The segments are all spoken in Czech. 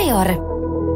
Junior.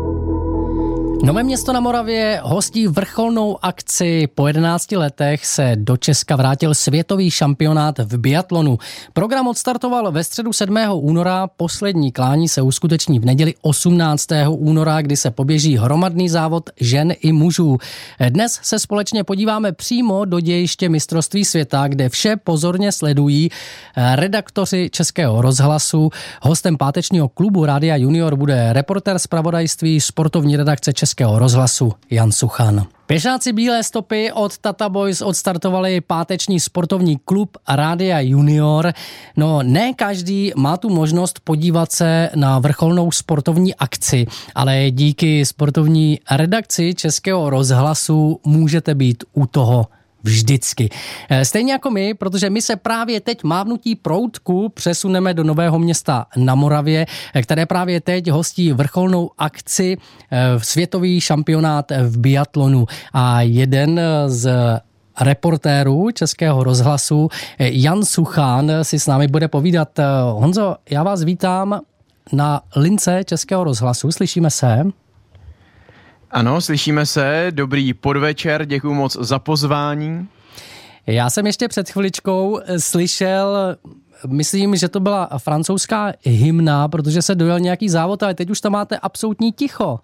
Nové Město na Moravě hostí vrcholnou akci. Po 11 letech se do Česka vrátil světový šampionát v biatlonu. Program odstartoval ve středu 7. února, poslední klání se uskuteční v neděli 18. února, kdy se poběží hromadný závod žen i mužů. Dnes se společně podíváme přímo do dějiště mistrovství světa, kde vše pozorně sledují redaktoři Českého rozhlasu. Hostem pátečního klubu Rádia Junior bude reportér zpravodajství sportovní redakce Českého rozhlasu Jan Suchan. Pěšáci bílé stopy od Tata Boys odstartovali páteční sportovní klub Rádia Junior. No, ne každý má tu možnost podívat se na vrcholnou sportovní akci, ale díky sportovní redakci Českého rozhlasu můžete být u toho vždycky. Stejně jako my, protože my se právě teď mávnutí proutku přesuneme do Nového Města na Moravě, které právě teď hostí vrcholnou akci světový šampionát v biatlonu. A jeden z reportérů Českého rozhlasu, Jan Suchan, si s námi bude povídat. Honzo, já vás vítám na lince Českého rozhlasu. Slyšíme se? Ano, slyšíme se. Dobrý podvečer, děkuji moc za pozvání. Já jsem ještě před chviličkou slyšel, myslím, že to byla francouzská hymna, protože se dojel nějaký závod, ale teď už tam máte absolutní ticho.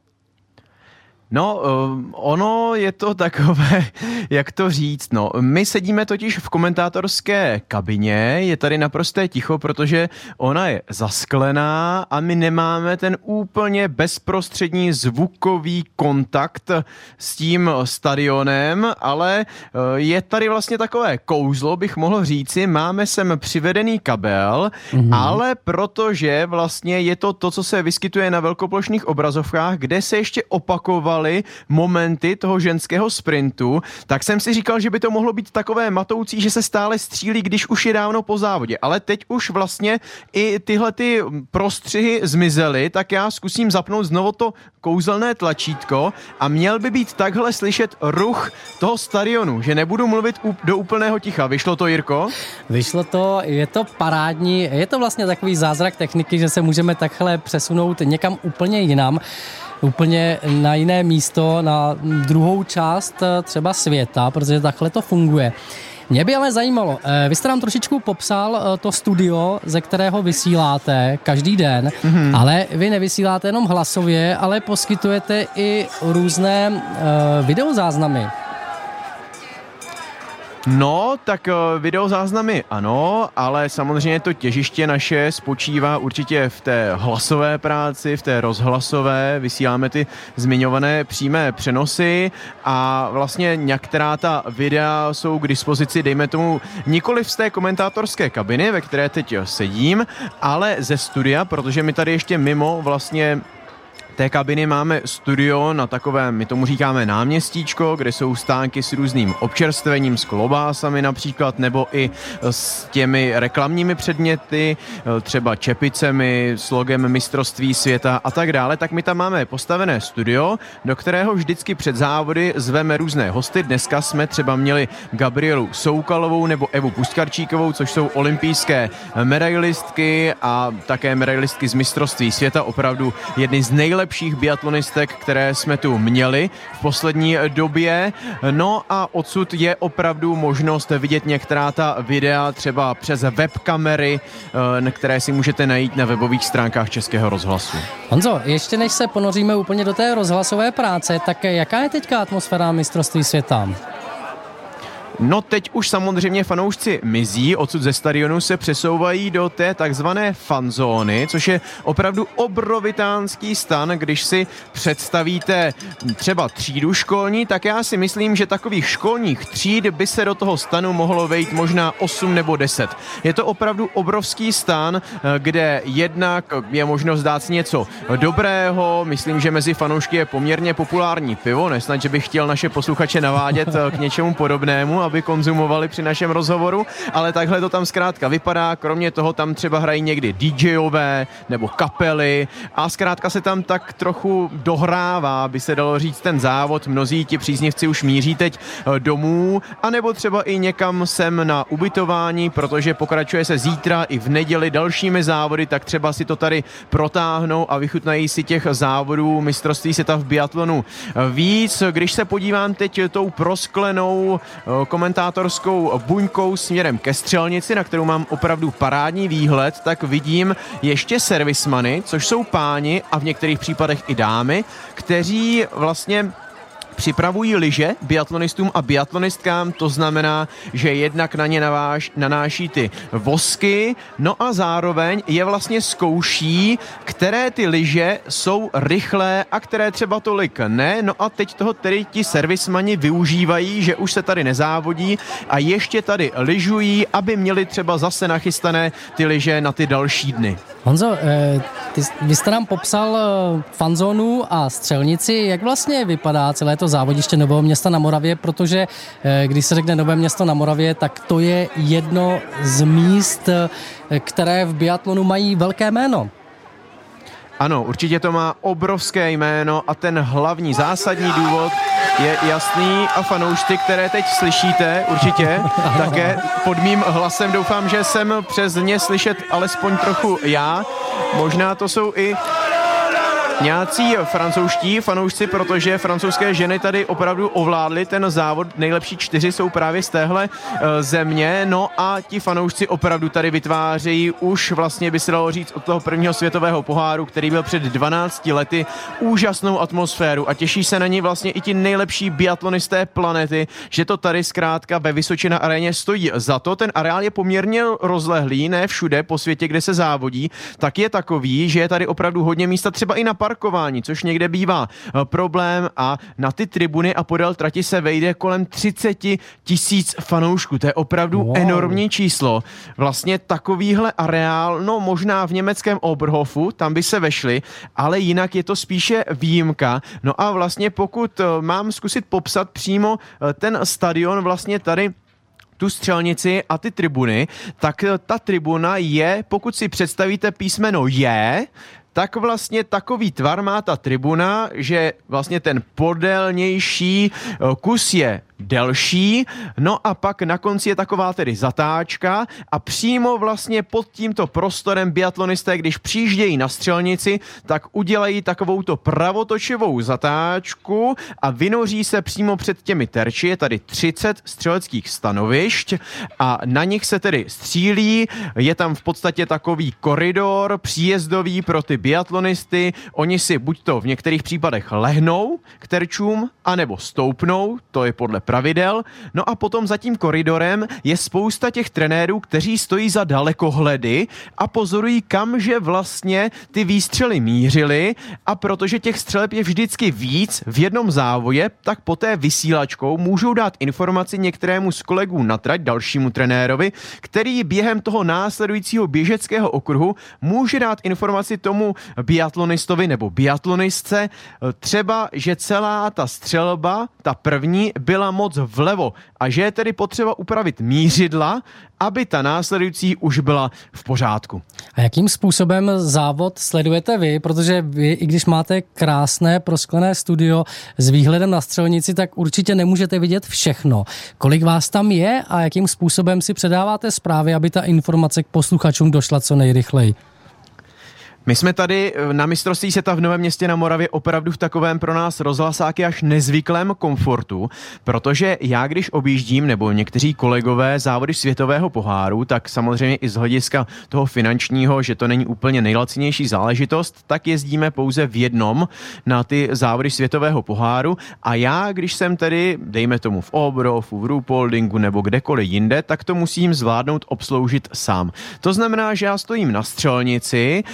No, ono je to takové, jak to říct, no. My sedíme totiž v komentátorské kabině, je tady naprosté ticho, protože ona je zasklená a my nemáme ten úplně bezprostřední zvukový kontakt s tím stadionem, ale je tady vlastně takové kouzlo, bych mohl říci, máme sem přivedený kabel, ale protože vlastně je to, co se vyskytuje na velkoplošných obrazovkách, kde se ještě opakoval momenty toho ženského sprintu, tak jsem si říkal, že by to mohlo být takové matoucí, že se stále střílí, když už je dávno po závodě. Ale teď už vlastně i tyhle ty prostřihy zmizely, tak já zkusím zapnout znovu to kouzelné tlačítko a měl by být takhle slyšet ruch toho stadionu, že nebudu mluvit do úplného ticha. Vyšlo to, Jirko? Vyšlo to, je to parádní, je to vlastně takový zázrak techniky, že se můžeme takhle přesunout někam úplně jinam. Úplně na jiné místo, na druhou část třeba světa, protože takhle to funguje. Mě by ale zajímalo, vy jste nám trošičku popsal to studio, ze kterého vysíláte každý den, ale vy nevysíláte jenom hlasově, ale poskytujete i různé videozáznamy. No, tak videozáznamy ano, ale samozřejmě to těžiště naše spočívá určitě v té hlasové práci, v té rozhlasové, vysíláme ty zmiňované přímé přenosy a vlastně některá ta videa jsou k dispozici, dejme tomu, nikoliv z té komentátorské kabiny, ve které teď sedím, ale ze studia, protože my tady ještě mimo vlastně té kabiny máme studio na takovém, my tomu říkáme náměstíčko, kde jsou stánky s různým občerstvením, s klobásami například, nebo i s těmi reklamními předměty, třeba čepicemi, s logem mistrovství světa a tak dále, tak my tam máme postavené studio, do kterého vždycky před závody zveme různé hosty. Dneska jsme třeba měli Gabrielu Soukalovou nebo Evu Puskarčíkovou, což jsou olympijské medailistky a také medailistky z mistrovství světa, opravdu jedny z nejlepších biatlonistek, které jsme tu měli v poslední době. No a odsud je opravdu možnost vidět některá ta videa třeba přes webkamery, které si můžete najít na webových stránkách Českého rozhlasu. Honzo, ještě než se ponoříme úplně do té rozhlasové práce, tak jaká je teďka atmosféra mistrovství světa? No teď už samozřejmě fanoušci mizí, odsud ze stadionu se přesouvají do té takzvané fanzóny, což je opravdu obrovitánský stan. Když si představíte třeba třídu školní, tak já si myslím, že takových školních tříd by se do toho stanu mohlo vejít možná 8 nebo 10. Je to opravdu obrovský stan, kde jednak je možnost dát si něco dobrého, myslím, že mezi fanoušky je poměrně populární pivo, nesnad, že bych chtěl naše posluchače navádět k něčemu podobnému, aby konzumovali při našem rozhovoru, ale takhle to tam zkrátka vypadá, kromě toho tam třeba hrají někdy DJové nebo kapely a zkrátka se tam tak trochu dohrává, by se dalo říct, ten závod. Mnozí ti příznivci už míří teď domů, anebo třeba i někam sem na ubytování, protože pokračuje se zítra i v neděli dalšími závody, tak třeba si to tady protáhnou a vychutnají si těch závodů mistrovství světa v biatlonu víc. Když se podívám teď tou prosklenou komentátorskou buňkou směrem ke střelnici, na kterou mám opravdu parádní výhled, tak vidím ještě servismany, což jsou páni a v některých případech i dámy, kteří vlastně připravují lyže biatlonistům a biatlonistkám, to znamená, že jednak na ně nanáší ty vosky, no a zároveň je vlastně zkouší, které ty lyže jsou rychlé a které třeba tolik ne, no a teď toho tedy ti servismani využívají, že už se tady nezávodí a ještě tady lyžují, aby měli třeba zase nachystané ty lyže na ty další dny. Honzo, vy jste nám popsal fanzónu a střelnici. Jak vlastně vypadá celé to závodiště Nového Města na Moravě? Protože když se řekne Nové Město na Moravě, tak to je jedno z míst, které v biatlonu mají velké jméno. Ano, určitě to má obrovské jméno a ten hlavní zásadní důvod je jasný a fanoušci, které teď slyšíte, určitě také pod mým hlasem, doufám, že jsem přes ně slyšet alespoň trochu já. Možná to jsou i nějací francouzští fanoušci, protože francouzské ženy tady opravdu ovládly ten závod. Nejlepší 4 jsou právě z téhle země. No a ti fanoušci opravdu tady vytvářejí už vlastně by se dalo říct od toho prvního světového poháru, který byl před 12 lety, úžasnou atmosféru a těší se na ní vlastně i ti nejlepší biatlonisté planety, že to tady zkrátka ve Vysočina aréně stojí za to. Ten areál je poměrně rozlehlý, ne všude po světě, kde se závodí, tak je takový, že je tady opravdu hodně místa třeba i na parkování, což někde bývá problém a na ty tribuny a podél trati se vejde kolem 30 000 fanoušků. To je opravdu enormní číslo. Vlastně takovýhle areál, no možná v německém Oberhofu, tam by se vešli, ale jinak je to spíše výjimka. No a vlastně pokud mám zkusit popsat přímo ten stadion vlastně tady tu střelnici a ty tribuny, tak ta tribuna je, pokud si představíte písmeno J, tak vlastně takový tvar má ta tribuna, že vlastně ten podélnější kus je delší, no a pak na konci je taková tedy zatáčka a přímo vlastně pod tímto prostorem biatlonisté, když přijíždějí na střelnici, tak udělají takovouto pravotočivou zatáčku a vynoří se přímo před těmi terči. Je tady 30 střeleckých stanovišť a na nich se tedy střílí. Je tam v podstatě takový koridor příjezdový pro ty biatlonisty. Oni si buď to v některých případech lehnou k terčům, anebo stoupnou, to je podle pravidel. No a potom za tím koridorem je spousta těch trenérů, kteří stojí za dalekohledy a pozorují, kam že vlastně ty výstřely mířily, a protože těch střeleb je vždycky víc v jednom závodě, tak poté vysílačkou můžou dát informaci některému z kolegů na trať, dalšímu trenérovi, který během toho následujícího běžeckého okruhu může dát informaci tomu biatlonistovi nebo biatlonistce, třeba, že celá ta střelba, ta první, byla moc vlevo a že je tedy potřeba upravit mířidla, aby ta následující už byla v pořádku. A jakým způsobem závod sledujete vy? Protože vy, i když máte krásné prosklené studio s výhledem na střelnici, tak určitě nemůžete vidět všechno. Kolik vás tam je a jakým způsobem si předáváte zprávy, aby ta informace k posluchačům došla co nejrychleji? My jsme tady na mistrovství světa v Novém Městě na Moravě opravdu v takovém pro nás rozhlasáky až nezvyklém komfortu, protože já když objíždím, nebo někteří kolegové, závody světového poháru, tak samozřejmě i z hlediska toho finančního, že to není úplně nejlacinější záležitost, tak jezdíme pouze v jednom na ty závody světového poháru a já, když jsem tedy, dejme tomu v Oberhofu, v Ruhpoldingu nebo kdekoliv jinde, tak to musím zvládnout obsloužit sám. To znamená, že já stojím na střelnici, jednak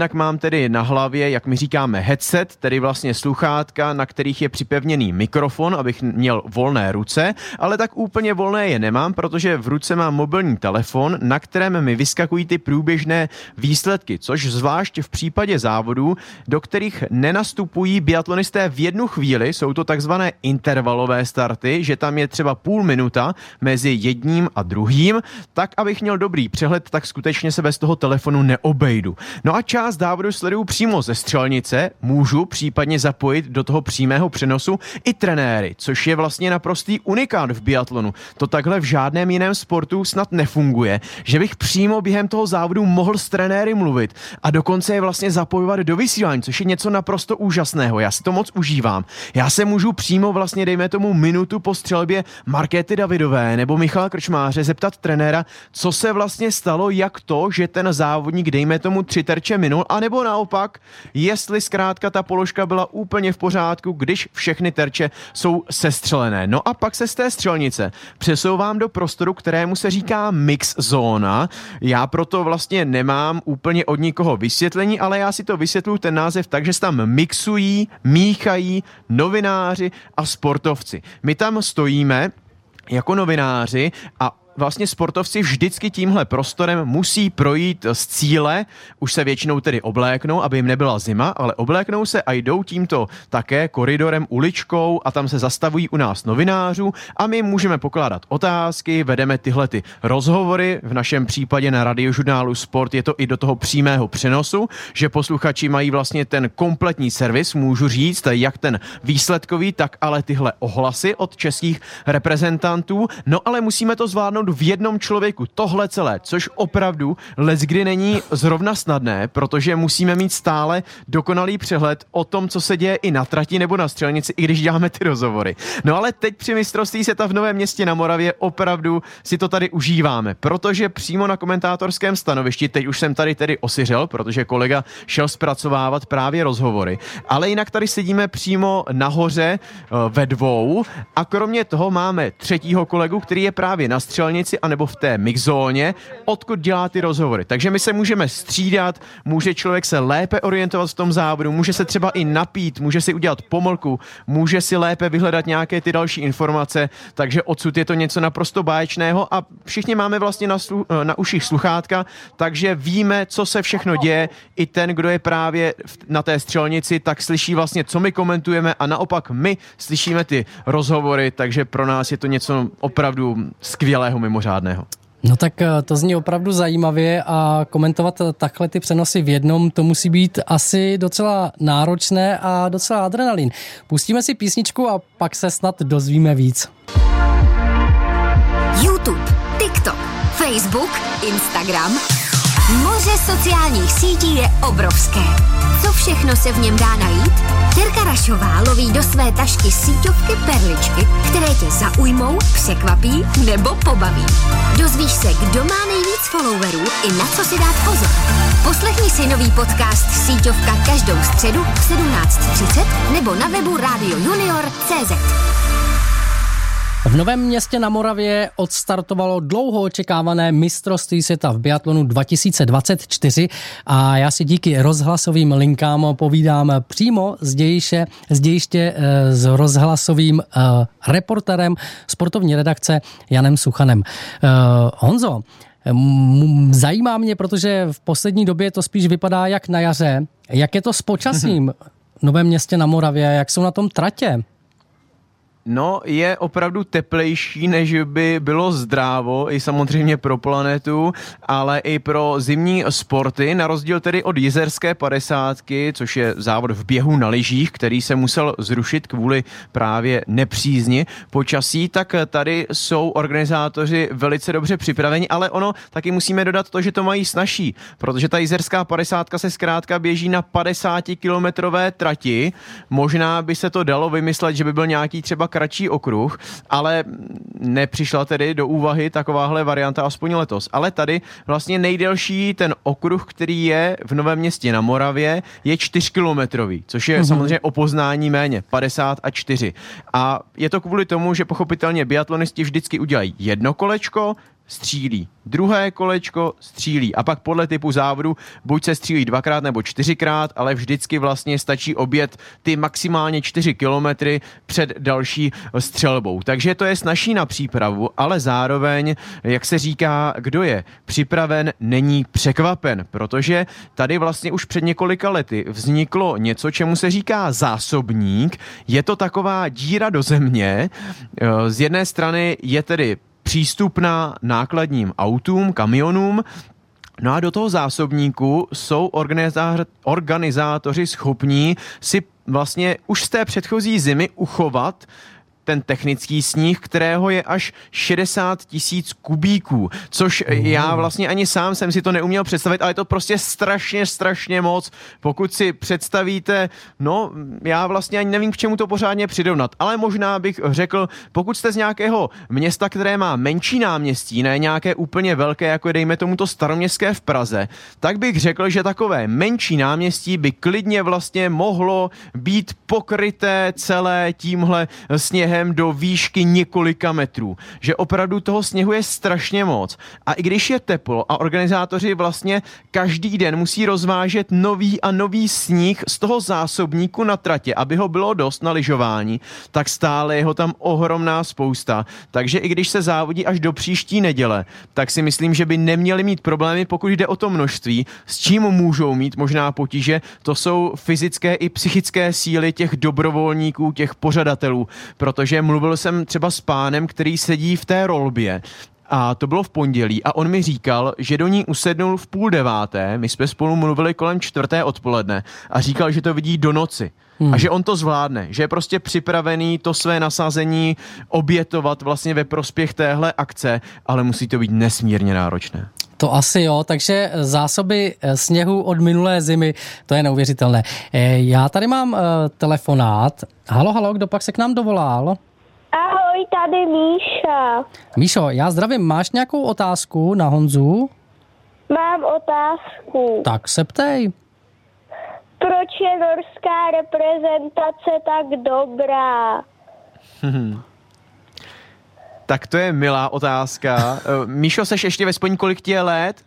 jednak mám tedy na hlavě, jak my říkáme, headset, tedy vlastně sluchátka, na kterých je připevněný mikrofon, abych měl volné ruce, ale tak úplně volné je nemám, protože v ruce mám mobilní telefon, na kterém mi vyskakují ty průběžné výsledky, což zvlášť v případě závodů, do kterých nenastupují biatlonisté v jednu chvíli, jsou to takzvané intervalové starty, že tam je třeba půl minuta mezi jedním a druhým, tak abych měl dobrý přehled, tak skutečně se bez toho telefonu neobejdu. No a část závodu sleduju přímo ze střelnice, můžu případně zapojit do toho přímého přenosu i trenéry, což je vlastně naprostý unikát v biatlonu. To takhle v žádném jiném sportu snad nefunguje, že bych přímo během toho závodu mohl s trenéry mluvit a dokonce je vlastně zapojovat do vysílání, což je něco naprosto úžasného. Já si to moc užívám. Já se můžu přímo vlastně, dejme tomu minutu po střelbě Markéty Davidové nebo Michala Krčmáře zeptat trenéra, co se vlastně stalo, jak to, že ten závodník, dejme tomu 3 terče minul, anebo naopak, jestli zkrátka ta položka byla úplně v pořádku, když všechny terče jsou sestřelené. No a pak se z té střelnice přesouvám do prostoru, kterému se říká mix zóna. Já proto vlastně nemám úplně od nikoho vysvětlení, ale já si to vysvětluji ten název tak, že se tam mixují, míchají novináři a sportovci. My tam stojíme jako novináři a vlastně sportovci vždycky tímhle prostorem musí projít z cíle, už se většinou tedy obléknou, aby jim nebyla zima, ale obléknou se a jdou tímto také koridorem, uličkou a tam se zastavují u nás novinářů a my můžeme pokládat otázky, vedeme tyhle ty rozhovory, v našem případě na radiožurnálu Sport je to i do toho přímého přenosu, že posluchači mají vlastně ten kompletní servis, můžu říct, jak ten výsledkový, tak ale tyhle ohlasy od českých reprezentantů, no ale musíme to zvládnout v jednom člověku, tohle celé, což opravdu leckdy není zrovna snadné, protože musíme mít stále dokonalý přehled o tom, co se děje i na trati nebo na střelnici, i když děláme ty rozhovory. No ale teď při mistrovství světa v Novém Městě na Moravě opravdu si to tady užíváme, protože přímo na komentátorském stanovišti, teď už jsem tady tedy osiřel, protože kolega šel zpracovávat právě rozhovory, ale jinak tady sedíme přímo nahoře ve dvou a kromě toho máme třetího kolegu, který je právě na střelnici anebo v té mixzóně, odkud dělá ty rozhovory. Takže my se můžeme střídat, může člověk se lépe orientovat v tom závodu, může se třeba i napít, může si udělat pomlku, může si lépe vyhledat nějaké ty další informace, takže odsud je to něco naprosto báječného a všichni máme vlastně na uších sluchátka, takže víme, co se všechno děje. I ten, kdo je právě na té střelnici, tak slyší vlastně, co my komentujeme a naopak my slyšíme ty rozhovory, takže pro nás je to něco opravdu skvělého, mimořádného. No tak to zní opravdu zajímavě a komentovat takhle ty přenosy v jednom, to musí být asi docela náročné a docela adrenalin. Pustíme si písničku a pak se snad dozvíme víc. YouTube, TikTok, Facebook, Instagram. Moře sociálních sítí je obrovské. Co všechno se v něm dá najít? Terka Rašová loví do své tašky síťovky perličky, které tě zaujmou, překvapí nebo pobaví. Dozvíš se, kdo má nejvíc followerů i na co si dát pozor. Poslechni si nový podcast Síťovka každou středu v 17:30 nebo na webu radiojunior.cz. V Novém Městě na Moravě odstartovalo dlouho očekávané mistrovství světa v biatlonu 2024 a já si díky rozhlasovým linkám povídám přímo z dějiště s rozhlasovým reporterem sportovní redakce Janem Suchanem. Honzo, zajímá mě, protože v poslední době to spíš vypadá jak na jaře. Jak je to s počasím v Novém Městě na Moravě? Jak jsou na tom tratě? No, je opravdu teplejší, než by bylo zdrávo, i samozřejmě pro planetu, ale i pro zimní sporty, na rozdíl tedy od jizerské 50, což je závod v běhu na lyžích, který se musel zrušit kvůli právě nepřízni počasí, tak tady jsou organizátoři velice dobře připraveni, ale ono taky musíme dodat to, že to mají snazší, protože ta jizerská 50 se zkrátka běží na 50-kilometrové trati, možná by se to dalo vymyslet, že by byl nějaký třeba kratší okruh, ale nepřišla tedy do úvahy takováhle varianta aspoň letos. Ale tady vlastně nejdelší ten okruh, který je v Novém Městě na Moravě, je 4kilometrový, což je samozřejmě o poznání méně, 54. A je to kvůli tomu, že pochopitelně biatlonisti vždycky udělají jedno kolečko, střílí. Druhé kolečko střílí a pak podle typu závodu buď se střílí 2x nebo 4x, ale vždycky vlastně stačí objet ty maximálně 4 kilometry před další střelbou. Takže to je snazší na přípravu, ale zároveň, jak se říká, kdo je připraven, není překvapen, protože tady vlastně už před několika lety vzniklo něco, čemu se říká zásobník. Je to taková díra do země. Z jedné strany je tedy přístupná nákladním autům, kamionům, no a do toho zásobníku jsou organizátoři schopní si vlastně už z té předchozí zimy uchovat ten technický sníh, kterého je až 60 000 kubíků, což já vlastně ani sám jsem si to neuměl představit, ale je to prostě strašně moc. Pokud si představíte, no já vlastně ani nevím, k čemu to pořádně přirovnat, ale možná bych řekl, pokud jste z nějakého města, které má menší náměstí, ne nějaké úplně velké, jako dejme tomu to Staroměstské v Praze, tak bych řekl, že takové menší náměstí by klidně vlastně mohlo být pokryté celé tímhle sněhem do výšky několika metrů. Že opravdu toho sněhu je strašně moc. A i když je teplo a organizátoři vlastně každý den musí rozvážet nový a nový sníh z toho zásobníku na tratě, aby ho bylo dost na lyžování, tak stále je ho tam ohromná spousta. Takže i když se závodí až do příští neděle, tak si myslím, že by neměli mít problémy, pokud jde o to množství. S čím můžou mít možná potíže, to jsou fyzické i psychické síly těch dobrovolníků, těch pořadatelů, protože mluvil jsem třeba s pánem, který sedí v té rolbě a to bylo v pondělí a on mi říkal, že do ní usednul v 8:30, my jsme spolu mluvili kolem 4. odpoledne a říkal, že to vidí do noci. A že on to zvládne, že je prostě připravený to své nasazení obětovat vlastně ve prospěch téhle akce, ale musí to být nesmírně náročné. To asi jo, takže zásoby sněhu od minulé zimy, to je neuvěřitelné. Já tady mám telefonát. Halo, kdo pak se k nám dovolal? Ahoj, tady Míša. Míšo, já zdravím. Máš nějakou otázku na Honzu? Mám otázku. Tak se ptej. Proč je norská reprezentace tak dobrá? Tak to je milá otázka. Míšo, seš ještě ve spojení, kolik ti je let?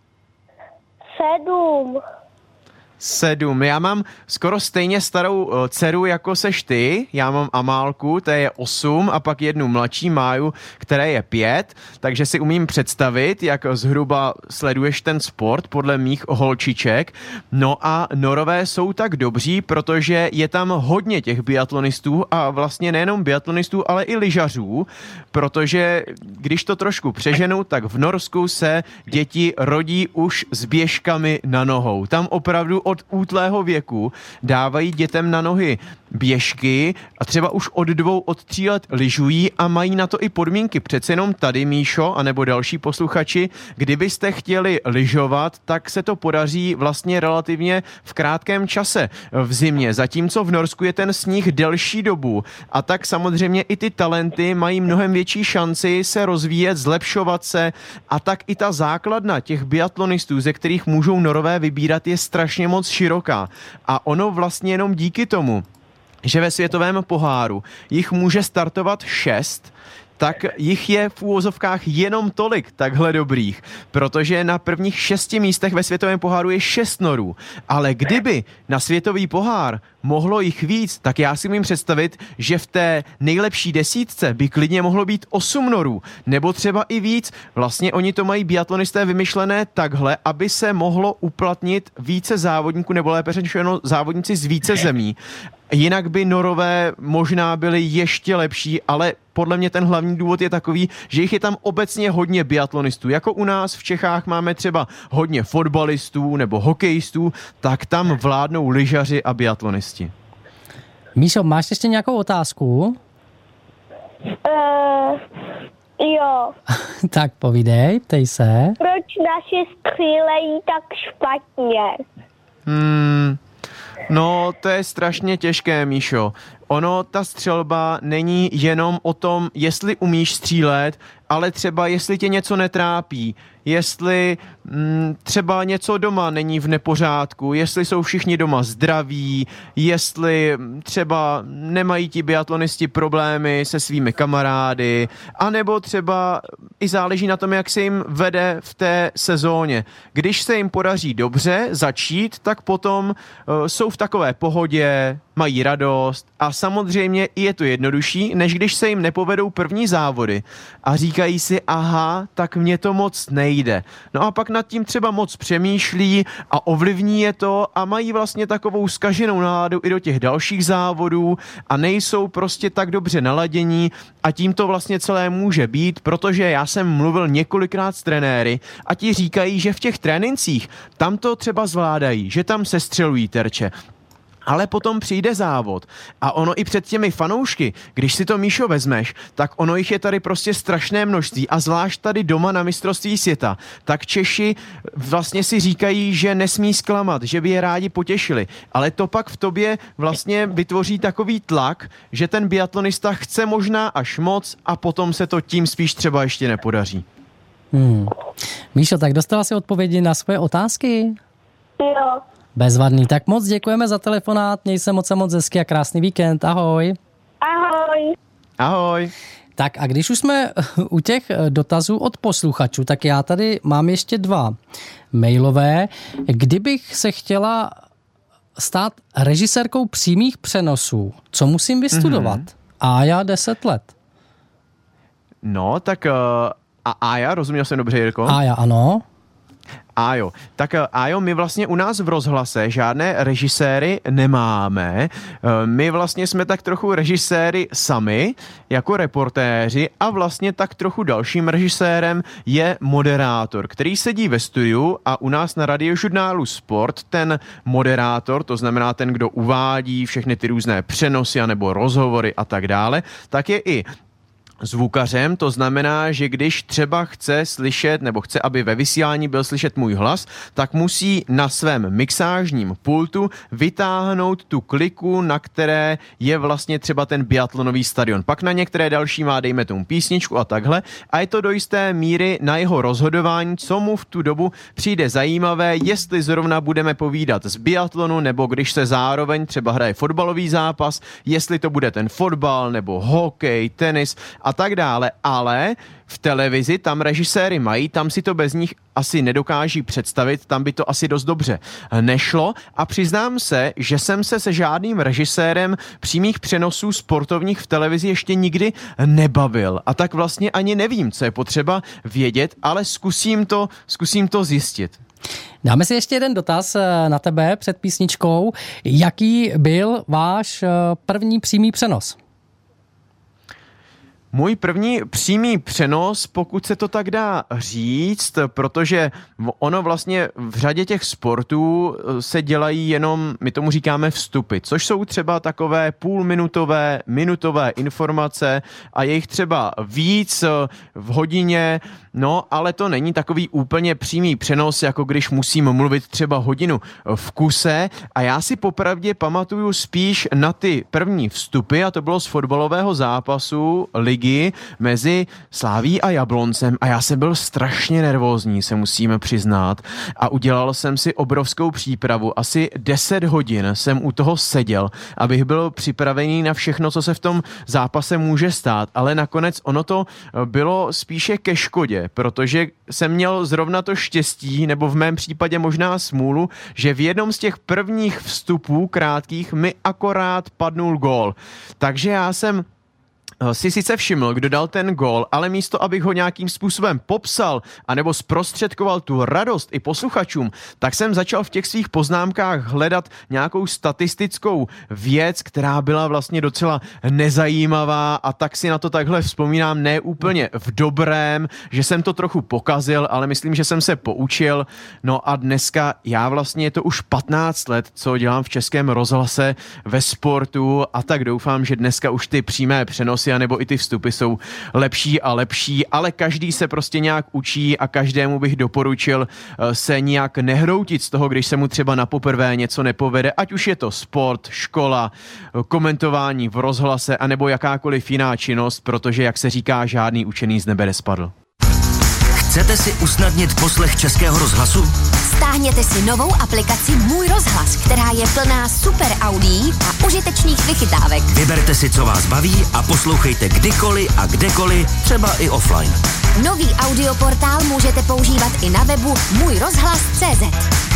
7. Já mám skoro stejně starou dceru, jako seš ty. Já mám Amálku, to je 8 a pak jednu mladší Máju, které je 5. Takže si umím představit, jak zhruba sleduješ ten sport podle mých holčiček. No a Norové jsou tak dobří, protože je tam hodně těch biatlonistů a vlastně nejenom biatlonistů, ale i lyžařů, protože když to trošku přeženu, tak v Norsku se děti rodí už s běžkami na nohou. Tam opravdu od útlého věku dávají dětem na nohy běžky a třeba už od 2, od 3 let lyžují a mají na to i podmínky. Přece jenom tady, Míšo, anebo další posluchači, kdybyste chtěli lyžovat, tak se to podaří vlastně relativně v krátkém čase v zimě, zatímco v Norsku je ten sníh delší dobu a tak samozřejmě i ty talenty mají mnohem větší šanci se rozvíjet, zlepšovat se a tak i ta základna těch biatlonistů, ze kterých můžou Norové vybírat, je strašně moc široká. A ono vlastně jenom díky tomu, že ve světovém poháru jich může startovat 6, tak jich je v úvozovkách jenom tolik takhle dobrých, protože na prvních 6 místech ve světovém poháru je 6 Norů, ale kdyby na světový pohár mohlo jich víc, tak já si umím představit, že v té nejlepší 10 by klidně mohlo být 8 Norů, nebo třeba i víc. Vlastně oni to mají biatlonisté vymyšlené takhle, aby se mohlo uplatnit více závodníků, nebo lépe řečeno závodníci z více zemí. Jinak by Norové možná byli ještě lepší, ale podle mě ten hlavní důvod je takový, že jich je tam obecně hodně biatlonistů. Jako u nás v Čechách máme třeba hodně fotbalistů nebo hokejistů, tak tam vládnou lyžaři a biatlonisti. Míšo, máš ještě nějakou otázku? Jo. Tak povídej, ptej se. Proč naši střílejí tak špatně? No, to je strašně těžké, Míšo. Ono, ta střelba není jenom o tom, jestli umíš střílet, ale třeba jestli tě něco netrápí, jestli třeba něco doma není v nepořádku, jestli jsou všichni doma zdraví, jestli třeba nemají ti biatlonisti problémy se svými kamarády, anebo třeba i záleží na tom, jak se jim vede v té sezóně. Když se jim podaří dobře začít, tak potom jsou v takové pohodě, mají radost a samozřejmě i je to jednodušší, než když se jim nepovedou první závody a říkají si, aha, tak mě to moc nejde. No a pak nad tím třeba moc přemýšlí a ovlivní je to a mají vlastně takovou zkaženou náladu i do těch dalších závodů a nejsou prostě tak dobře naladění a tím to vlastně celé může být, protože já jsem mluvil několikrát s trenéry a ti říkají, že v těch trénincích tam to třeba zvládají, že tam sestřelují terče. Ale potom přijde závod a ono i před těmi fanoušky, když si to, Míšo, vezmeš, tak ono jich je tady prostě strašné množství a zvlášť tady doma na mistrovství světa, tak Češi vlastně si říkají, že nesmí zklamat, že by je rádi potěšili, ale to pak v tobě vlastně vytvoří takový tlak, že ten biatlonista chce možná až moc a potom se to tím spíš třeba ještě nepodaří. Míšo, tak dostala si odpovědi na svoje otázky? Jo. Bezvadný. Tak moc děkujeme za telefonát, měj se moc hezky a krásný víkend. Ahoj. Ahoj. Ahoj. Tak a když už jsme u těch dotazů od posluchačů, tak já tady mám ještě 2 mailové. Kdybych se chtěla stát režisérkou přímých přenosů, co musím vystudovat? Ája, 10 let. No, tak a Ája, rozuměl jsem dobře, Jirko? Ája, ano. Ájo, tak Ájo, my vlastně u nás v rozhlase žádné režiséry nemáme. My vlastně jsme tak trochu režiséry sami, jako reportéři a vlastně tak trochu dalším režisérem je moderátor, který sedí ve studiu a u nás na radiožurnálu Sport ten moderátor, to znamená ten, kdo uvádí všechny ty různé přenosy anebo rozhovory a tak dále, tak je i zvukařem, to znamená, že když třeba chce slyšet nebo chce, aby ve vysílání byl slyšet můj hlas, tak musí na svém mixážním pultu vytáhnout tu kliku, na které je vlastně třeba ten biatlonový stadion. Pak na některé další má, dejme tomu, písničku a takhle. A je to do jisté míry na jeho rozhodování, co mu v tu dobu přijde zajímavé, jestli zrovna budeme povídat z biatlonu, nebo když se zároveň třeba hraje fotbalový zápas, jestli to bude ten fotbal nebo hokej, tenis a tak dále, ale v televizi tam režiséry mají, tam si to bez nich asi nedokáží představit, tam by to asi dost dobře nešlo a přiznám se, že jsem se se žádným režisérem přímých přenosů sportovních v televizi ještě nikdy nebavil a tak vlastně ani nevím, co je potřeba vědět, ale zkusím to zjistit. Dáme si ještě jeden dotaz na tebe před písničkou. Jaký byl váš první přímý přenos? Můj první přímý přenos, pokud se to tak dá říct, protože ono vlastně v řadě těch sportů se dělají jenom, my tomu říkáme vstupy, což jsou třeba takové půlminutové, minutové informace a je jich třeba víc v hodině, no ale to není takový úplně přímý přenos, jako když musím mluvit třeba hodinu v kuse a já si popravdě pamatuju spíš na ty první vstupy a to bylo z fotbalového zápasu ligy mezi Slaví a Jabloncem a já jsem byl strašně nervózní, se musíme přiznat a udělal jsem si obrovskou přípravu. Asi 10 hodin jsem u toho seděl, abych byl připravený na všechno, co se v tom zápase může stát, ale nakonec ono to bylo spíše ke škodě, protože jsem měl zrovna to štěstí, nebo v mém případě možná smůlu, že v jednom z těch prvních vstupů krátkých mi akorát padnul gól. Takže já jsem si sice všiml, kdo dal ten gól, ale místo, abych ho nějakým způsobem popsal anebo zprostředkoval tu radost i posluchačům, tak jsem začal v těch svých poznámkách hledat nějakou statistickou věc, která byla vlastně docela nezajímavá a tak si na to takhle vzpomínám ne úplně v dobrém, že jsem to trochu pokazil, ale myslím, že jsem se poučil. No a dneska já vlastně je to už 15 let, co dělám v Českém rozhlase ve sportu a tak doufám, že dneska už ty přímé přenosy výpisy anebo i ty vstupy jsou lepší a lepší, ale každý se prostě nějak učí a každému bych doporučil se nějak nehroutit z toho, když se mu třeba na poprvé něco nepovede, ať už je to sport, škola, komentování v rozhlase anebo jakákoliv jiná činnost, protože, jak se říká, žádný učený z nebe nespadl. Chcete si usnadnit poslech Českého rozhlasu? Stáhněte si novou aplikaci Můj rozhlas, která je plná super audií a užitečných vychytávek. Vyberte si, co vás baví a poslouchejte kdykoliv a kdekoliv, třeba i offline. Nový audioportál můžete používat i na webu můjrozhlas.cz.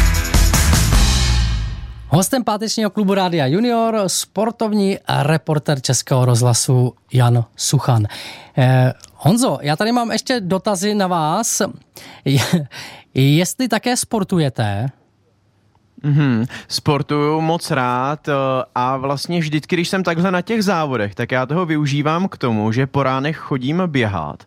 Hostem pátečního klubu Rádia Junior sportovní reporter Českého rozhlasu Jan Suchan. Honzo, já tady mám ještě dotazy na vás. Jestli také sportujete? Sportuju moc rád a vlastně vždycky, když jsem takhle na těch závodech, tak já toho využívám k tomu, že po ránech chodím běhat.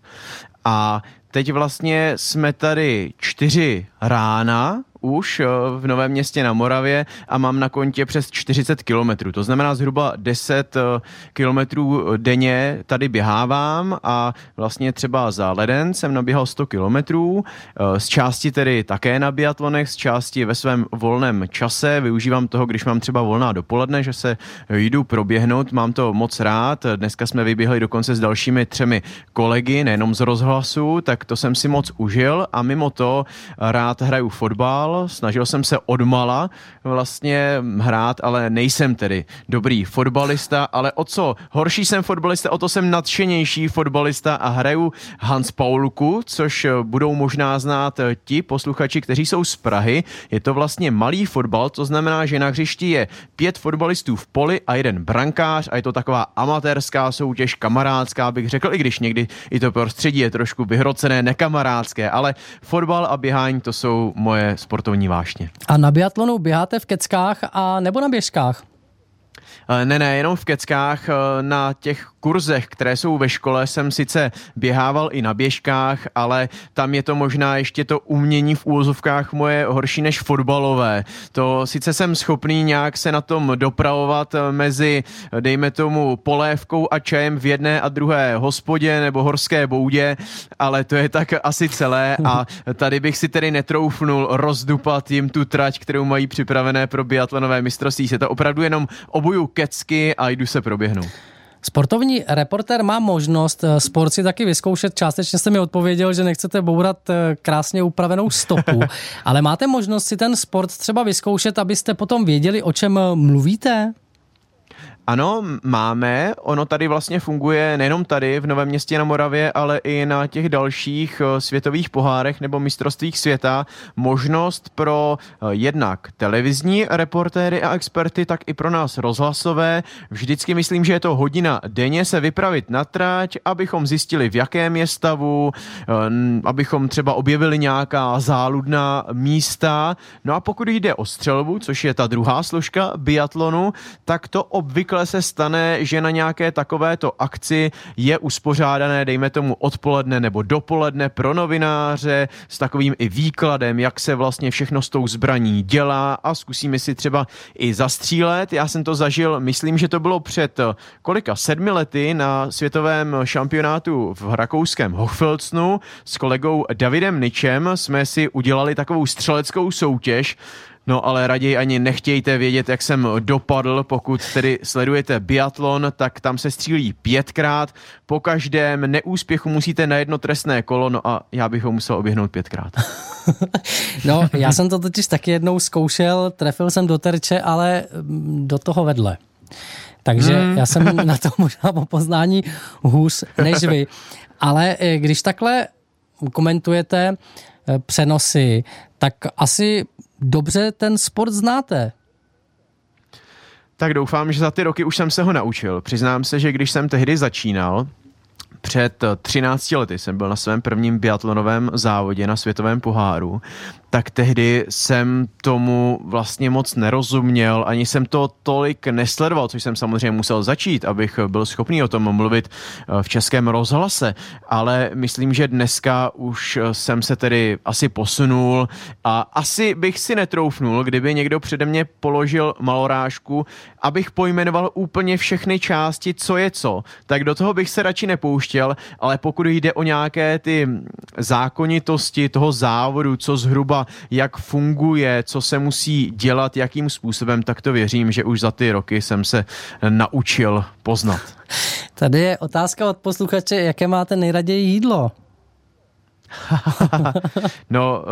A teď vlastně jsme tady 4 rána už v Novém Městě na Moravě a mám na kontě přes 40 kilometrů. To znamená zhruba 10 kilometrů denně tady běhávám a vlastně třeba za leden jsem naběhal 100 kilometrů. Z části tedy také na biatlonech, z části ve svém volném čase. Využívám toho, když mám třeba volná dopoledne, že se jdu proběhnout. Mám to moc rád. Dneska jsme vyběhli dokonce s dalšími 3 kolegy, nejenom z rozhlasu, tak to jsem si moc užil a mimo to rád hraju fotbal. Snažil jsem se odmala vlastně hrát, ale nejsem tedy dobrý fotbalista, ale o co horší jsem fotbalista, o to jsem nadšenější fotbalista a hraju Hanspaulku, což budou možná znát ti posluchači, kteří jsou z Prahy. Je to vlastně malý fotbal, to znamená, že na hřišti je 5 fotbalistů v poli a 1 brankář a je to taková amatérská soutěž, kamarádská bych řekl, i když někdy i to prostředí je trošku vyhrocené, nekamarádské, ale fotbal a běhání to jsou moje sportovní vášně. A na biatlonu běháte v keckách a nebo na běžkách? Ne, jenom v keckách. Na těch kurzech, které jsou ve škole, jsem sice běhával i na běžkách, ale tam je to možná ještě to umění v úvozovkách moje horší než fotbalové. To sice jsem schopný nějak se na tom dopravovat mezi, dejme tomu, polévkou a čajem v jedné a druhé hospodě nebo horské boudě, ale to je tak asi celé a tady bych si tedy netroufnul rozdupat jim tu trať, kterou mají připravené pro biatlonové mistrovství. Je to opravdu jenom obuju kecky a jdu se proběhnout. Sportovní reportér má možnost sport si taky vyzkoušet. Částečně jste mi odpověděl, že nechcete bourat krásně upravenou stopu, ale máte možnost si ten sport třeba vyzkoušet, abyste potom věděli, o čem mluvíte? Ano, máme. Ono tady vlastně funguje nejenom tady v Novém Městě na Moravě, ale i na těch dalších světových pohárech nebo mistrovstvích světa možnost pro jednak televizní reportéry a experty, tak i pro nás rozhlasové. Vždycky myslím, že je to hodina denně se vypravit na trať, abychom zjistili, v jakém je stavu, abychom třeba objevili nějaká záludná místa. No a pokud jde o střelbu, což je ta druhá složka biatlonu, tak to obvykle se stane, že na nějaké takovéto akci je uspořádané, dejme tomu odpoledne nebo dopoledne pro novináře s takovým i výkladem, jak se vlastně všechno s tou zbraní dělá a zkusíme si třeba i zastřílet. Já jsem to zažil, myslím, že to bylo před 7 lety na světovém šampionátu v rakouském Hochfilzenu s kolegou Davidem Ničem jsme si udělali takovou střeleckou soutěž. No ale raději ani nechtějte vědět, jak jsem dopadl, pokud tedy sledujete biatlon, tak tam se střílí 5krát. Po každém neúspěchu musíte na jedno trestné kolo, no a já bych ho musel oběhnout 5krát. No, já jsem to totiž taky jednou zkoušel, trefil jsem do terče, ale do toho vedle. Takže já jsem na to možná po poznání hůř než vy. Ale když takhle komentujete přenosy, tak asi dobře ten sport znáte. Tak doufám, že za ty roky už jsem se ho naučil. Přiznám se, že když jsem tehdy začínal, před 13 lety jsem byl na svém prvním biatlonovém závodě na světovém poháru, tak tehdy jsem tomu vlastně moc nerozuměl, ani jsem to tolik nesledoval, což jsem samozřejmě musel začít, abych byl schopný o tom mluvit v Českém rozhlase, ale myslím, že dneska už jsem se tedy asi posunul a asi bych si netroufnul, kdyby někdo přede mě položil malorážku, abych pojmenoval úplně všechny části, co je co, tak do toho bych se radši nepouštěl, ale pokud jde o nějaké ty zákonitosti toho závodu, co zhruba jak funguje, co se musí dělat, jakým způsobem, tak to věřím, že už za ty roky jsem se naučil poznat. Tady je otázka od posluchače, jaké máte nejraději jídlo? No,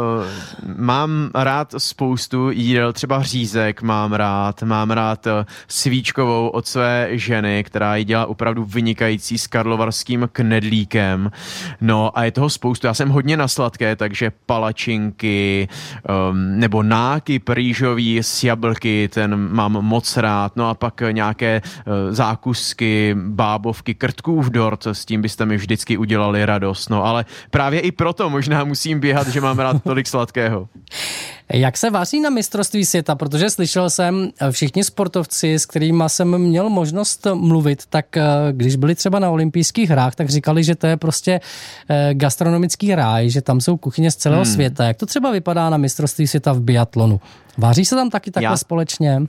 mám rád spoustu jídel, třeba řízek mám rád svíčkovou od své ženy, která ji dělá opravdu vynikající s karlovarským knedlíkem. No a je toho spoustu, já jsem hodně na sladké, takže palačinky nebo nákyp rýžový s jablky, ten mám moc rád. No a pak nějaké zákusky, bábovky, krtkův dort, s tím byste mi vždycky udělali radost. No ale právě i proto možná musím běhat, že mám rád tolik sladkého. Jak se vaří na mistrovství světa? Protože slyšel jsem, všichni sportovci, s kterými jsem měl možnost mluvit, tak když byli třeba na olympijských hrách, tak říkali, že to je prostě gastronomický ráj, že tam jsou kuchyně z celého světa. Jak to třeba vypadá na mistrovství světa v biatlonu? Váří se tam taky takhle společně?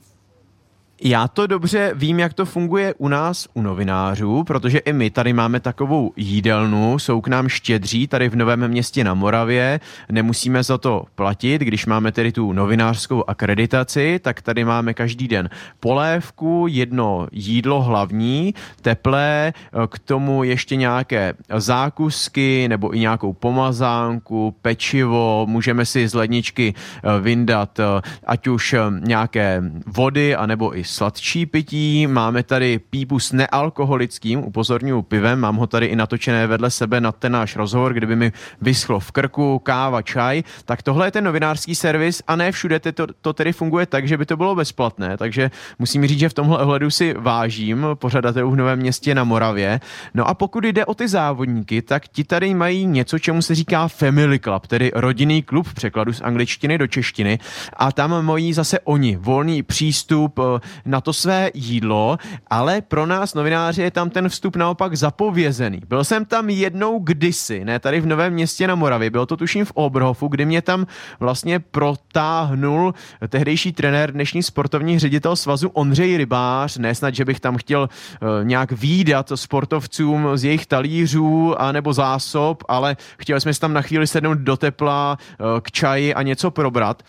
Já to dobře vím, jak to funguje u nás, u novinářů, protože i my tady máme takovou jídelnu, jsou k nám štědří tady v Novém Městě na Moravě, nemusíme za to platit, když máme tedy tu novinářskou akreditaci, tak tady máme každý den polévku, jedno jídlo hlavní, teplé, k tomu ještě nějaké zákusky nebo i nějakou pomazánku, pečivo, můžeme si z ledničky vyndat ať už nějaké vody, anebo i sladčí pití, máme tady pípu s nealkoholickým, upozorňuji pivem, mám ho tady i natočené vedle sebe na ten náš rozhovor, kdyby mi vyschlo v krku, káva, čaj, tak tohle je ten novinářský servis a ne všude to tedy funguje tak, že by to bylo bezplatné, takže musím říct, že v tomhle ohledu si vážím pořadatelů v Novém Městě na Moravě. No a pokud jde o ty závodníky, tak ti tady mají něco, čemu se říká Family Club, tedy rodinný klub v překladu z angličtiny do češtiny a tam mají zase oni volný přístup na to své jídlo, ale pro nás novináři je tam ten vstup naopak zapovězený. Byl jsem tam jednou kdysi, ne tady v Novém Městě na Moravě, bylo to tuším v Oberhofu, kdy mě tam vlastně protáhnul tehdejší trenér, dnešní sportovní ředitel svazu Ondřej Rybář, ne snad, že bych tam chtěl nějak výdat sportovcům z jejich talířů a nebo zásob, ale chtěli jsme si tam na chvíli sednout do tepla k čaji a něco probrat.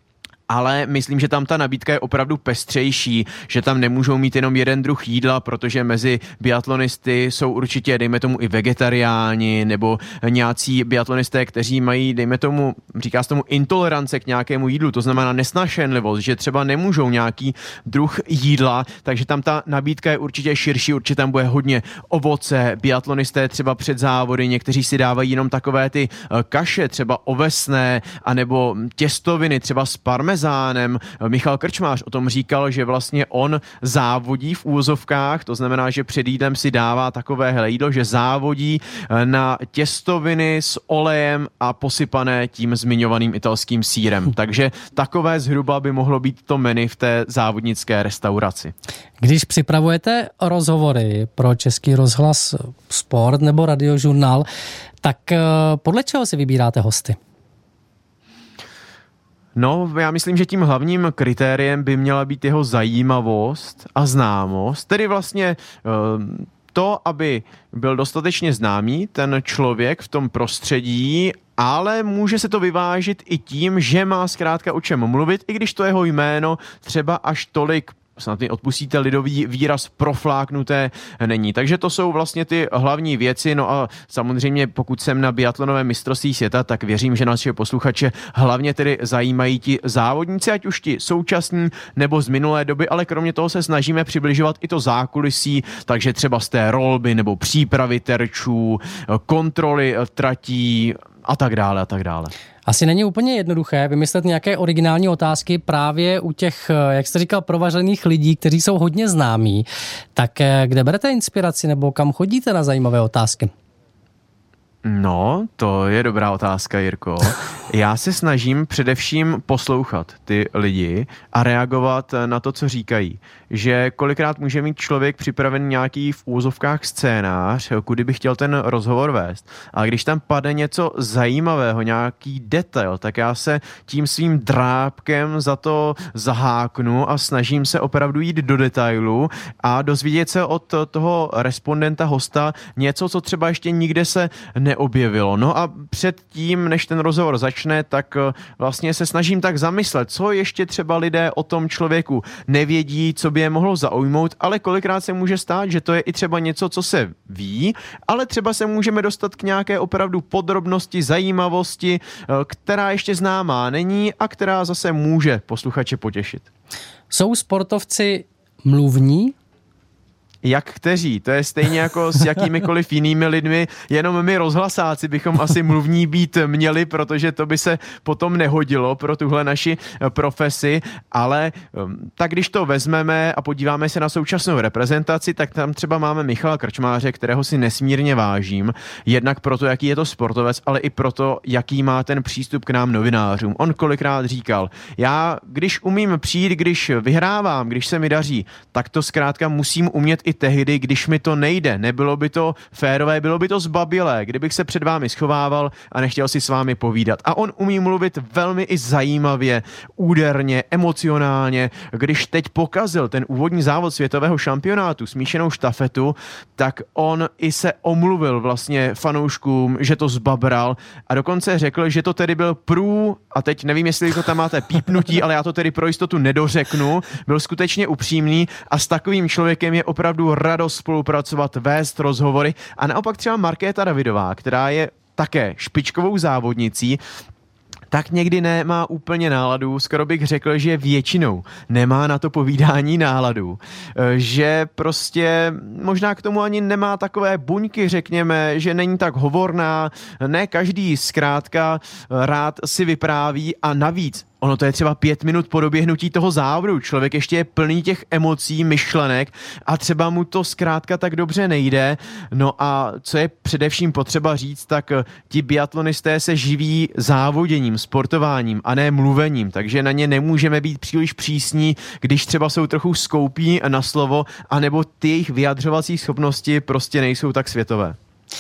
Ale myslím, že tam ta nabídka je opravdu pestřejší, že tam nemůžou mít jenom jeden druh jídla, protože mezi biatlonisty jsou určitě, dejme tomu, i vegetariáni nebo nějací biatlonisté, kteří mají, dejme tomu, říká se tomu intolerance k nějakému jídlu, to znamená nesnášenlivost, že třeba nemůžou nějaký druh jídla, takže tam ta nabídka je určitě širší, určitě tam bude hodně ovoce, biatlonisté třeba před závody, někteří si dávají jenom takové ty kaše, třeba ovesné, anebo těstoviny, třeba s parmezánem. Michal Krčmář o tom říkal, že vlastně on závodí v úvozovkách, to znamená, že před jídlem si dává takovéhle jídlo, že závodí na těstoviny s olejem a posypané tím zmiňovaným italským sýrem. Takže takové zhruba by mohlo být to menu v té závodnické restauraci. Když připravujete rozhovory pro Český rozhlas Sport nebo Radiožurnál, tak podle čeho si vybíráte hosty? No, já myslím, že tím hlavním kritériem by měla být jeho zajímavost a známost, tedy vlastně to, aby byl dostatečně známý ten člověk v tom prostředí, ale může se to vyvážit i tím, že má zkrátka o čem mluvit, i když to jeho jméno třeba až tolik, snad mi odpustíte lidový výraz, profláknuté není. Takže to jsou vlastně ty hlavní věci. No a samozřejmě pokud jsem na biatlonovém mistrovství světa, tak věřím, že naše posluchače hlavně tedy zajímají ti závodníci, ať už ti současní nebo z minulé doby, ale kromě toho se snažíme přibližovat i to zákulisí, takže třeba z té rolby nebo přípravy terčů, kontroly tratí a tak dále a tak dále. Asi není úplně jednoduché vymyslet nějaké originální otázky právě u těch, jak jste říkal, provařených lidí, kteří jsou hodně známí. Tak kde berete inspiraci nebo kam chodíte na zajímavé otázky? No, to je dobrá otázka, Jirko. Já se snažím především poslouchat ty lidi a reagovat na to, co říkají. Že kolikrát může mít člověk připraven nějaký v úvozovkách scénář, kudy by chtěl ten rozhovor vést. A když tam padne něco zajímavého, nějaký detail, tak já se tím svým drápkem za to zaháknu a snažím se opravdu jít do detailu a dozvědět se od toho respondenta, hosta něco, co třeba ještě nikde se neobjevilo. No a předtím, než ten rozhovor začne, tak vlastně se snažím tak zamyslet, co ještě třeba lidé o tom člověku nevědí, co by je mohlo zaujmout, ale kolikrát se může stát, že to je i třeba něco, co se ví, ale třeba se můžeme dostat k nějaké opravdu podrobnosti, zajímavosti, která ještě známá není a která zase může posluchače potěšit. Jsou sportovci mluvní? Jak kteří? To je stejně jako s jakýmikoliv jinými lidmi, jenom my rozhlasáci bychom asi mluvní být měli, protože to by se potom nehodilo pro tuhle naši profesi, ale tak když to vezmeme a podíváme se na současnou reprezentaci, tak tam třeba máme Michala Krčmáře, kterého si nesmírně vážím, jednak proto, jaký je to sportovec, ale i proto, jaký má ten přístup k nám novinářům. On kolikrát říkal, já když umím přijít, když vyhrávám, když se mi daří, tak to zkrátka musím umět i tehdy, když mi to nejde. Nebylo by to férové, bylo by to zbabilé, kdybych se před vámi schovával a nechtěl si s vámi povídat. A on umí mluvit velmi i zajímavě, úderně, emocionálně. Když teď pokazil ten úvodní závod světového šampionátu, smíšenou štafetu, tak on i se omluvil vlastně fanouškům, že to zbabral a dokonce řekl, že to tedy byl a teď nevím, jestli to tam máte pípnutí, ale já to tedy pro jistotu nedořeknu, byl skutečně upřímný a s takovým člověkem je opravdu radost spolupracovat, vést rozhovory a naopak třeba Markéta Davidová, která je také špičkovou závodnicí, tak někdy nemá úplně náladu, skoro bych řekl, že většinou nemá na to povídání náladu, že prostě možná k tomu ani nemá takové buňky, řekněme, že není tak hovorná, ne každý zkrátka rád si vypráví a navíc ono to je třeba 5 minut po doběhnutí toho závodu. Člověk ještě je plný těch emocí, myšlenek a třeba mu to zkrátka tak dobře nejde. No a co je především potřeba říct, tak ti biatlonisté se živí závoděním, sportováním a ne mluvením, takže na ně nemůžeme být příliš přísní, když třeba jsou trochu skoupí na slovo, anebo ty jejich vyjadřovací schopnosti prostě nejsou tak světové.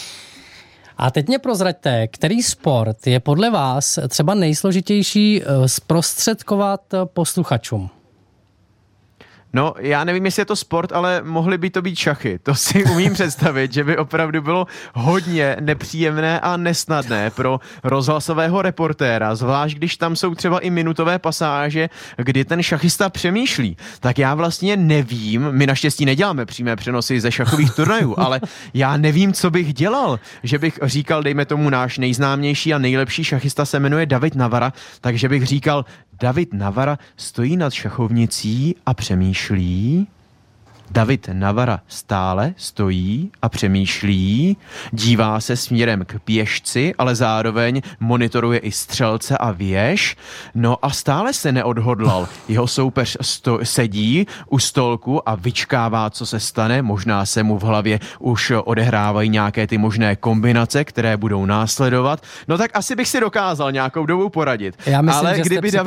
A teď mě prozraďte, který sport je podle vás třeba nejsložitější zprostředkovat posluchačům? No, já nevím, jestli je to sport, ale mohly by to být šachy. To si umím představit, že by opravdu bylo hodně nepříjemné a nesnadné pro rozhlasového reportéra, zvlášť když tam jsou třeba i minutové pasáže, kdy ten šachista přemýšlí. Tak já vlastně nevím, my naštěstí neděláme přímé přenosy ze šachových turnajů, ale já nevím, co bych dělal. Že bych říkal, dejme tomu, náš nejznámější a nejlepší šachista se jmenuje David Navara, takže bych říkal, David Navara stojí nad šachovnicí a přemýšlí. David Navara stále stojí a přemýšlí, dívá se směrem k pěšci, ale zároveň monitoruje i střelce a věž. No a stále se neodhodlal. Jeho soupeř sedí u stolku a vyčkává, co se stane. Možná se mu v hlavě už odehrávají nějaké ty možné kombinace, které budou následovat. No tak asi bych si dokázal nějakou dobu poradit. Ale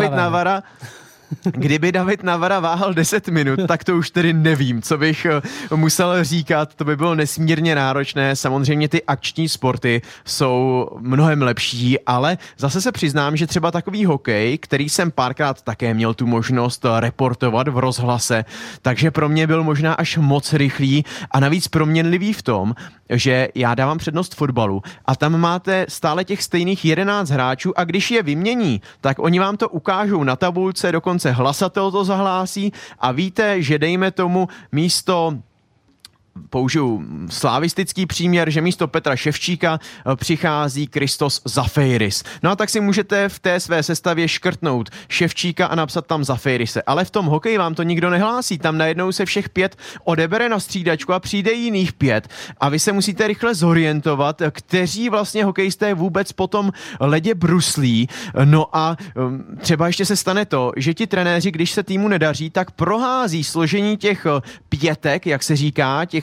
kdyby David Navara váhal 10 minut, tak to už tedy nevím, co bych musel říkat, to by bylo nesmírně náročné. Samozřejmě ty akční sporty jsou mnohem lepší, ale zase se přiznám, že třeba takový hokej, který jsem párkrát také měl tu možnost reportovat v rozhlase, takže pro mě byl možná až moc rychlý a navíc proměnlivý v tom, že já dávám přednost fotbalu a tam máte stále těch stejných 11 hráčů a když je vymění, tak oni vám to ukážou na tabulce, dokonce hlasatel to zahlásí a víte, že dejme tomu místo, použiju slavistický příměr, že místo Petra Ševčíka přichází Christos Zafeiris. No a tak si můžete v té své sestavě škrtnout Ševčíka a napsat tam Zafeirise. Ale v tom hokeji vám to nikdo nehlásí. Tam najednou se všech 5 odebere na střídačku a přijde jiných 5. A vy se musíte rychle zorientovat, kteří vlastně hokejisté vůbec po tom ledě bruslí. No a třeba ještě se stane to, že ti trenéři, když se týmu nedaří, tak prohází složení těch 5, jak se říká, těch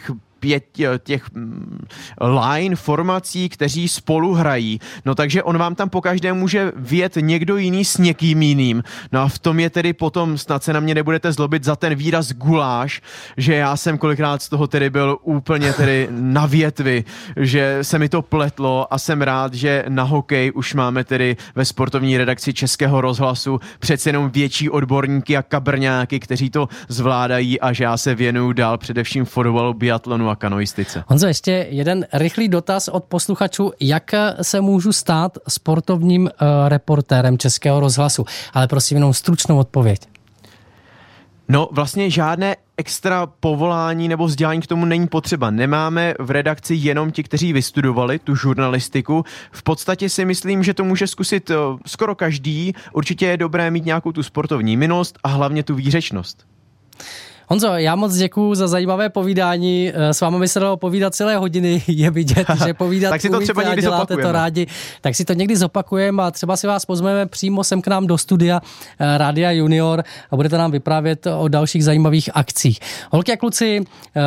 těch line formací, kteří spolu hrají. No takže on vám tam pokaždé může vjet někdo jiný s někým jiným. No a v tom je tedy potom, snad se na mě nebudete zlobit za ten výraz guláš, že já jsem kolikrát z toho tedy byl úplně tedy na větvi, že se mi to pletlo a jsem rád, že na hokej už máme tedy ve sportovní redakci Českého rozhlasu přece jenom větší odborníky a kabrňáky, kteří to zvládají a že já se věnuju dál především fotbalu, biatlonu a kanoistice. Honzo, ještě jeden rychlý dotaz od posluchačů. Jak se můžu stát sportovním reportérem Českého rozhlasu? Ale prosím jenom stručnou odpověď. No vlastně žádné extra povolání nebo vzdělání k tomu není potřeba. Nemáme v redakci jenom ti, kteří vystudovali tu žurnalistiku. V podstatě si myslím, že to může zkusit skoro každý. Určitě je dobré mít nějakou tu sportovní minulost a hlavně tu výřečnost. Honzo, já moc děkuju za zajímavé povídání. S vámi by se dalo povídat celé hodiny. Je vidět, že povídat tak si to třeba někdy děláte zopakujeme. To rádi. Tak si to někdy zopakujeme a třeba si vás pozveme přímo sem k nám do studia Rádia Junior a budete nám vyprávět o dalších zajímavých akcích. Holky a kluci,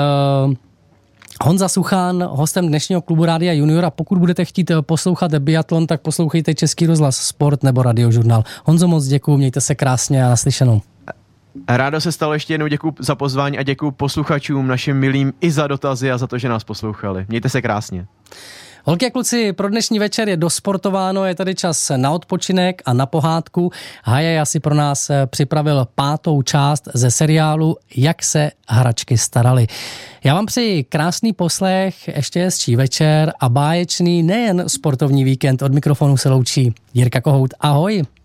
Honza Suchán, hostem dnešního klubu Rádia Junior, a pokud budete chtít poslouchat biatlon, tak poslouchejte Český rozhlas Sport nebo Radiožurnál. Honzo, moc děkuju, mějte se krásně a naslyšenou. Rádo se stalo, ještě jednou děkuju za pozvání a děkuju posluchačům našim milým i za dotazy a za to, že nás poslouchali. Mějte se krásně. Holky a kluci, pro dnešní večer je dosportováno, je tady čas na odpočinek a na pohádku. Hajaj asi pro nás připravil 5. část ze seriálu Jak se hračky staraly. Já vám přeji krásný poslech, ještě hezčí večer a báječný nejen sportovní víkend. Od mikrofonu se loučí Jirka Kohout. Ahoj.